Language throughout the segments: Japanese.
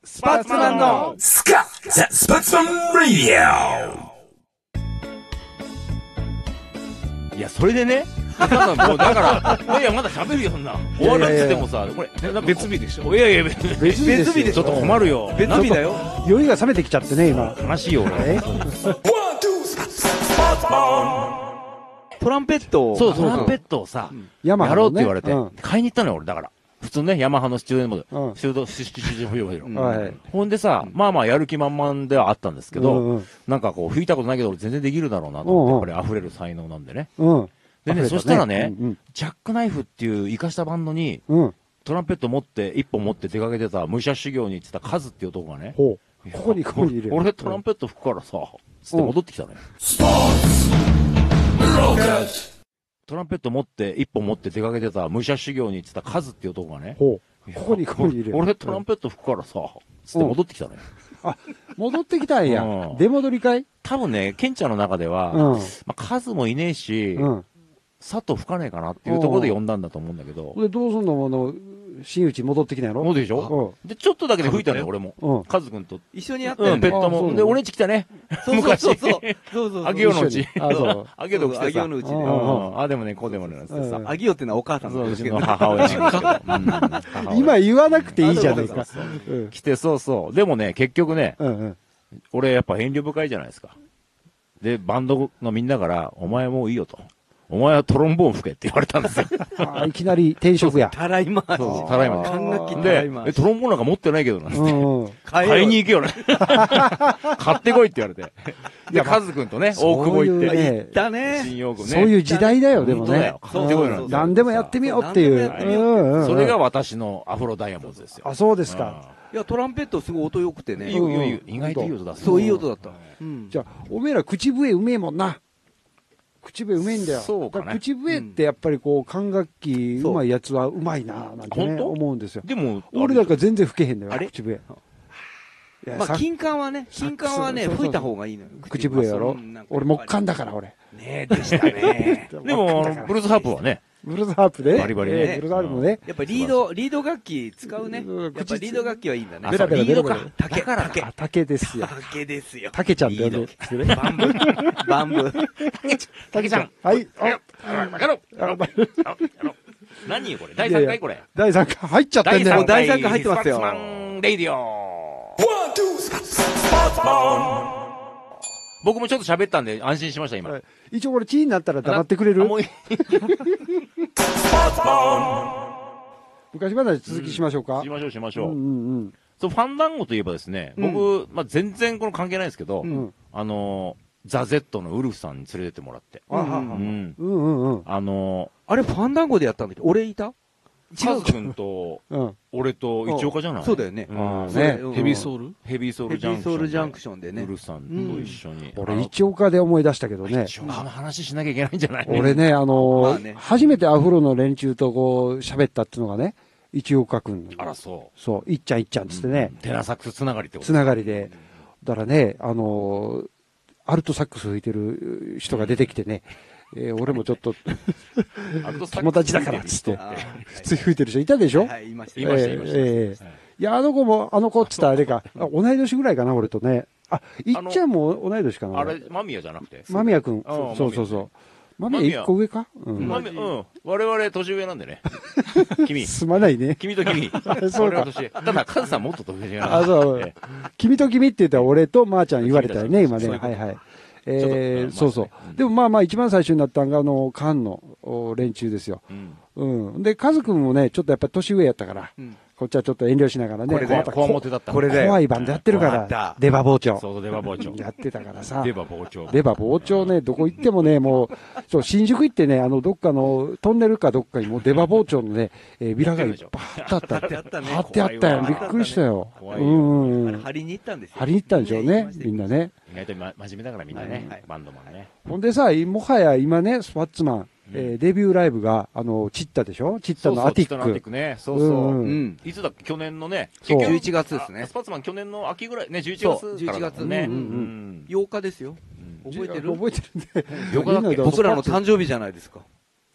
スパッツマンのスカザ・スパッツマン・ラディいや、それでね、もうだから、いや、まだ喋るよ、そんな。終わるっつってもさ、これ、 別日でしょ。 いやいや、別日ですよ。 ちょっと困るよ。 別日だよ。 酔いが冷めてきちゃってね、今。 悲しいよ、俺。 トランペットを。 そう、トランペットをさ、 ヤマハのねやろうって言われてうん、 買いに行ったのよ、俺、だから。普通ね、ヤマハのスチューデントモうんデル。修道、修道不要はい。 ほんでさ、まあまあやる気満々ではあったんですけうんうどん、 なんかこう、吹いたことないけど、俺全然できるだろうなと思って、やっぱり溢れる才能なんでね。 うん。 でね、そしたらねうん、 ジャックナイフっていう生かしたバンドに、 うん。うん。 トランペット持って、一本持って出かけてた、武者修行に行ってたカズっていう男がね、 ほう。ここにいる。 俺トランペット吹くからさ、つって戻ってきたのよ。トランペット持って、一本持って出かけてた、武者修行に行ってたカズっていう男がね、 ほう。ここにいる。 俺トランペット吹くからさ、つって戻ってきたのよ。 戻ってきたんやうん。 出戻りかい？ 多分ね、ケンちゃんの中では、 うん。 まあ、数もいねえし、 うん。 佐藤吹かねえかなっていうところで呼んだんだと思うんだけど、 で、どうすんの真打ち戻ってきたんやろ？ そうでしょで、ちょっとだけで吹いたのよ、俺も。 うん。 カズ君と。 一緒にやったようん、ペね。 ットも。 あそうなので、俺んち来たね。昔。 そうそう。 あげようのうち。 あ、そう。 あげようのうちでさ。 あげようのうちでうんあ、でもね、こうでもね、なんつってさ。 あぎよってのはお母さんそう、うちなんですけどの母親なんですけど。うん母親今言わなくていいじゃないか。うん。 来て、そうそう。でもね、結局ね、 うんうん。 俺やっぱ遠慮深いじゃないですか。で、バンドのみんなから、お前もういいよと。お前はトロンボーン吹けって言われたんですよ。 あ、いきなり転職や。 たらい回し。 そうたらい回し管楽器たらでい回し。 トロンボーンなんか持ってないけどな。 うんうん。 買いに行けよね。買ってこいって言われて。で、カズくんとね、大久保行って。 そういうね行ったね。 新大久保ね。 そういう時代だよ、でもね本当だよ。買ってこいなんて何でもやってみようっていう。 何でもやってみよううんうん。 それが私のアフロダイヤモンドですよ。 あ、そうですか。 いや、トランペットすごい音良くてね。 いいよ、いいよいいよ意外といい音出す。 そう、いい音だった。うん。 じゃあ、おめえら口笛うめえもんな。口笛うめえんだよ。 そうかねだら口笛ってやっぱりこう、管楽器うまいやつはうまいな、なんてね、 本当思うんですよ。 でも、 俺なんか全然吹けへんだよ、 あれ口笛。いやまあ、 さ金管はね、金管はね、 そうそう吹いた方がいいのよ。 口笛やろうんなんか俺木管だから、俺。 ねでしたね。 でも、ブルースハープはね、 ブルースハープで。 バリバリねブルースハープもね。 やっぱリード楽器使うね。 うんやっぱリード楽器はいいんだね。 ベラベラベラベラリードか。竹から竹。 あ、竹ですよ。 竹ですよ。 竹ちゃんだよね。 バンブ。バンブ。 竹ちゃん。 はい。 やろ何これ第3回これ。 第3回入っちゃってんだよ。 第三回入ってますよスパッツマンレイディオ。僕もちょっと喋ったんで安心しました、今。 はい一応これ、チーになったら黙ってくれるあもういい昔話続きしましょうかし。ましょう、しましょう。 うんうんそう、ファンダンゴといえばですね、僕、まあ、全然この関係ないですけど、 うん。 ザ・ゼットのウルフさんに連れてってもらって。 あははうん。 うんうんうん。 あれ、ファンダンゴでやったんだけど、俺いたカズ君と、 うん。 俺と一岡じゃないそうだよね。 うんねヘビーソウルヘビーソウヘビルジャンクションで。 ーソウルジャンクションでねウ。ルフさんと一緒に。 俺、一岡で思い出したけどね。 一岡の話しなきゃいけないんじゃない俺ね、 まあね初めてアフロの連中とこう、喋ったっていうのがね、一岡くん。 あら、そそう、いっちゃんいっちゃんっつってう。 ね、 テナサックスつながりってことつながりで。だからね、アルトサックス吹いてる人が出てきてね、俺もちょっと友達だからっつって、 あ普通に吹いてる人いたでしょはい、いましたいました、いました。 えいや、あの子も、あの子っつったらあれか、あ同い年ぐらいかな、俺とね。あ、いっちゃんも同い年かな。俺あれ、間宮じゃなくて。 間宮くん。 あそうそうそう。間宮一個上かうん。 間宮うん。我々年上なんでね。君。 すまないね。 君と君。 そうか俺は年上。ただ、カズさんもっと年上なんあ、そうえ。 君と君って言ったら俺とまーちゃん言われたよね、今ね。 そういうことはいはい。 ちょっとそうそううん。 でもまあまあ一番最初になったのが、菅の連中ですよ。 うん。 うん。で、カズくんもね、ちょっとやっぱり年上やったから、 うんこっちはちょっと遠慮しながらね。 これでまたこわもてだった。 これで怖いバンドやってるからわかった、 出刃包丁。 そうそう、出刃包丁。 やってたからさ。 出刃包丁。 出刃包丁ね、どこ行ってもね、もう、そう、新宿行ってね、どっかの、トンネルかどっかにもう出刃包丁のね、ビラがいっぱい貼ってあった。 貼ってあったね貼ってあったよ。 怖いわびっくりしたよ。 怖いようんうんうん。 あれ張りに行ったんですよ。 貼りに行ったんでしょうね、みんなね。 意外と真面目だからみんなねはい。 バンドマンね。 ほんでさ、もはや今ね、スパッツマン、デビューライブが、チッタでしょチッタのアティそうそうック。 ね。そうそうう。 んうん。 いつだっけ去年のね。 そう結局 11月ですねスパッツマン去年の秋ぐらい、ね、11 そう月からだもんね。 11月うん 8日ですよ。覚えてる覚えてるんで。 よかだっけいいのよ僕らの誕生日じゃないですか。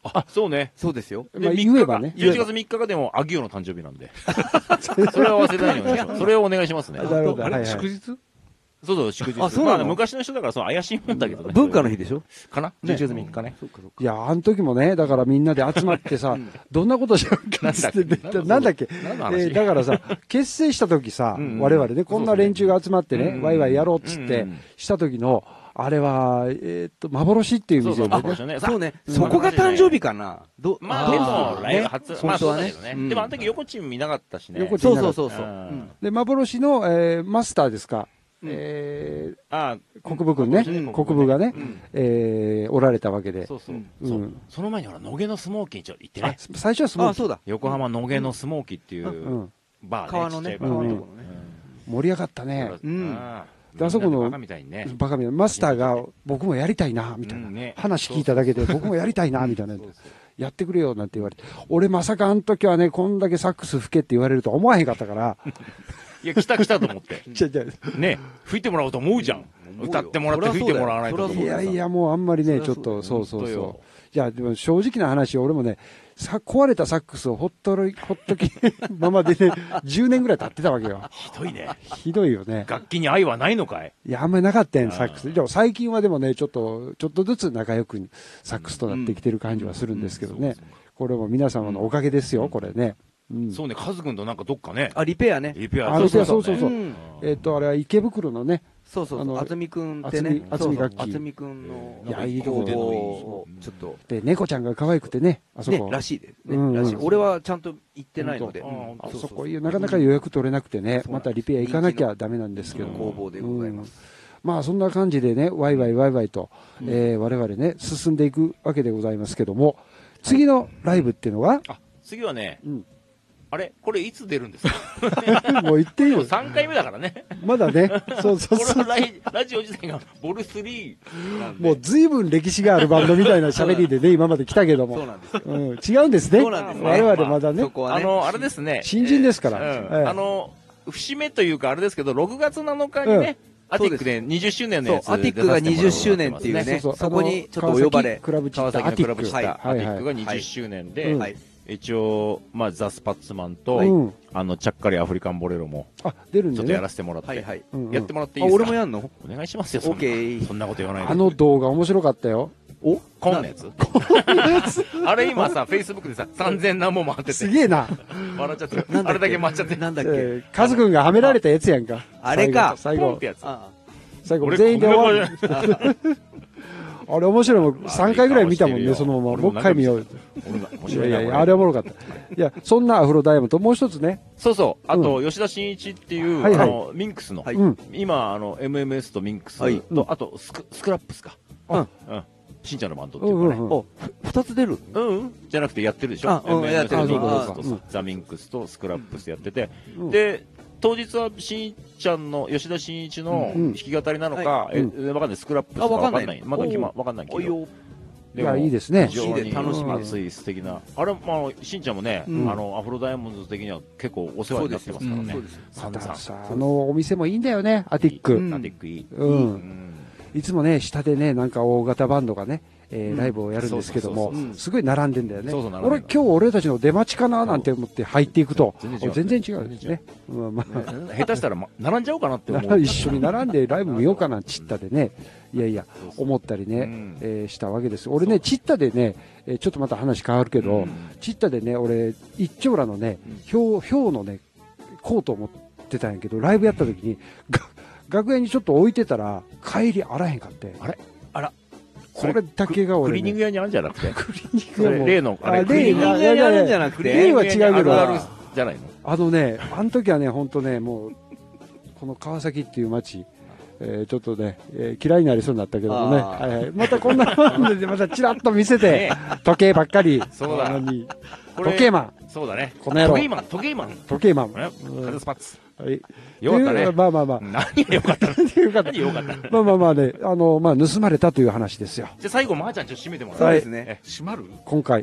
あ、そうね。 そうですよ。 まあ言えばね 11月3日がでも、アギオの誕生日なんで。それは忘れないようにお願いします。それをお願いしますね。 なるほど。 あれはいはい。 祝日そうそう、祝日。 あそうなのま昔の人だから、そう、怪しいもんだけどね。 文化の日でしょかな ?11 月3日ね。 いや、あの時もね、だからみんなで集まってさ、どんなことしようかっつって、なんだっけ、 何の話だからさ、結成した時さ、 うん我々ね、こんな連中が集まってね、 うんワイワイやろうっつってうん、 した時の、あれは、幻っていう店でね、 そうね。 うんそこが誕生日かな。 まあ、でも、ライブ初、まあ、そうだけどね。 うんでも、あの時、横チーム見なかったしね。 横チそうそうそうそう。 うんうんで、幻の、マスターですか、 あ国分君ね、 うん国分がね、 うんおられたわけで、 そうそう。 うんそうその前に、ほら、野毛のスモーキーにちょっと行ってあね。 最初はすごいあ、そうだ。 横浜野毛のスモーキーっていううんバーね。 川のね、 ちっちゃいバー川のところね。 盛り上がったね。 うんであそこのバカみたいにね。 バカみたいなマスターが僕もやりたいな、みたいな、 うんね話聞いただけで僕もやりたいな、みたいな。やってくれよなんて言われて、俺まさかあの時はね、こんだけサックス吹けって言われるとは思わへんかったから、 いや、来たと思って。 じゃね、吹いてもらおうと思うじゃん。歌ってもらって吹いてもらわないと思ういやいや、もうあんまりね、ちょっと、そうそうそう。いや、でも正直な話、俺もね、壊れたサックスをほっときままでね、10年ぐらい経ってたわけよ。 ひどいね。 ひどいよね。 楽器に愛はないのかい？ いや、あんまりなかったやん、サックス。でも最近はでもね、ちょっとずつ仲良くサックスとなってきてる感じはするんですけどね。これも皆様のおかげですよ、これね。 そうね、カズ君となんかどっかね。 あ、リペアね。 リペア。 あ、そうそうそう。 うんあれは池袋のね、 そうそうそう。あつみくんってあね。 つみ楽器あつみくんの、 いやいいと工こ房を、ちょっと、 で、猫ちゃんが可愛くてね、あそね、 こ。 らしいですうんね。らしい。俺はちゃんと行ってないので。 本当あそこなかなか予約取れなくてね、またリペア行かなきゃダメなんですけど工房でございます。 まあそんな感じでね、ワイワイと、我々ね、進んでいくわけでございますけども、次のライブっていうのが、 次はねうん、 あれこれいつ出るんですか？ もう言っていいもうよ。 3回目だからね。 まだね、そうそうこそう。 のラジオ自体がボル3なんで。 もう随分歴史があるバンドみたいな喋りでね、今まで来たけども。 そうなんですよ。 違うんですね。 そうなんですね我々まだねそ。こはね。 あれですね。 新人ですからうんええ節目というかあれですけど、6月7日にね、アティックで20周年のやつそう、アティックが20周年っていうね、 そうそこにちょっとお呼ばれ。 クラブチッ川タ崎のクラブチッタはいーアティックがはい 20周年うでん、 はい。 一応、まあ、ザ・スパッツマンと、 うんちゃっかりアフリカンボレロも、 あ、出るんでねちょっとやら。せてもらって、 はいはい。 うんうんやってもらっていあ、 いですか？ 俺もやんのお願いしますよ、 オッケーそんなこと言わないで。 あの動画面白かったよ。 おコンのやつあれ今さ、フェイスブックでさ、3000何本回ってて、 すげえな。 笑っちゃってる。 なんだっけあれだけ回っちゃって。 なんだっけカズくんがはめられたやつやんか。 あれか最後ポンって、やつ。 あ最後俺全員で終わる。 こんな顔であれ面白いもん。3回ぐらい見たもんね、そのまま。もう一回見よう。 俺が面い白いなこやいや、あれおもろかった。いや、そんなアフロダイヤモンド、もう一つね。 そうそう。あと、吉田真一っていう、 はいはいミンクスの、 はいうん。 今、MMS とミンクスと、 はいあとスクラップスか。 あうん。しんちゃんのバンドっていうかね。 お、二つ出るうんじゃなくてやってるでしょ。 あうん MMS やってるミンクスとうんザ・ミンクスとスクラップスやってて、 うんで、当日はしんちゃんの、吉田真一のうん弾き語りなのか、 はわかんない、スクラップスかあわかんないわかんない。まだわかんないけど。 おいよ。 いや、いいですね非。常に楽しみ熱い素敵な。あれ、しんちゃんもね、 うんアフロダイヤモンドズ的には結構お世話になってますからね。 そうです。 散々。 だからさ、お店もいいんだよね、アティック。 うんアティックいい。 うん。いつもね、下でね、なんか大型バンドがね、ライブをやるんですけどもそうそうそう、 すごい並んでんだよね。 そうそう並んでる今日俺たちの出待ちかななんて思って入っていくと、 全然違う全然違うんですね。うんまあ下手したら、並んじゃおうかなって思う。 一緒に並んでライブ見ようかな、チッタでね、いやいや、思ったりね、 うんしたわけです。俺ね、チッタでね、ちょっとまた話変わるけど、 うんチッタでね、俺、一丁羅のね、ひょうのね、コートを持ってたんやけど、ライブやった時に、楽屋にちょっと置いてたら、帰りあらへんかって。 あれあら。 これだけがク俺、ね、 リーニング屋にあるんじゃなくて。 クリーニングそれ屋も例の、あれ、 あクリーニングクリーニング屋にあるんじゃなくて例は違うけどあるあるじゃないの。 あの時はね、本当ね、もう、この川崎っていう街、ちょっとね、嫌いになりそうになったけどもね、 あーはいはい、またこんなので、またチラッと見せて、時計ばっかり、 そうだ何これ時計マン、 そうだね。 この野郎時計マン。 時計マン。 風スパッツ。 はい。 よかったね。 まあまあまあ。 何がよかったのよかった。 何よかったのまあまあまあね、まあ盗まれたという話ですよ。 じゃあ最後、まーちゃんちょっと締めてもらそうう。 ですね。 閉まる今回。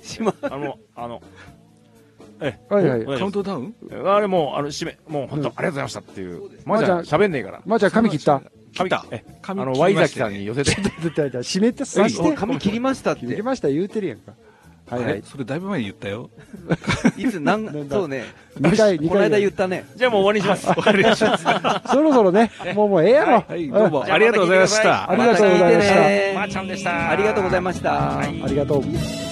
はいはい。 カウントダウンあれもう、締め、もう本当、ありがとうございましたっていう。まーちゃん、 まーち喋んねえから。 まあじゃあ髪切った髪切ったえ髪切りましたねワイザキさんに寄せて。 だって閉めて、さして。 髪切りましたって。 切りました言うてるやんか。 はいはい。 それだいぶ前に言ったよ。 いつ、そうね。 2回。 この間言ったね。 じゃあもう終わりにします。終わりにします。 そろそろね、もうええやろ。 はい、どうもありがとうございました。 ありがとうございました。 まーちゃんでした。 ありがとうございました。 ありがとう。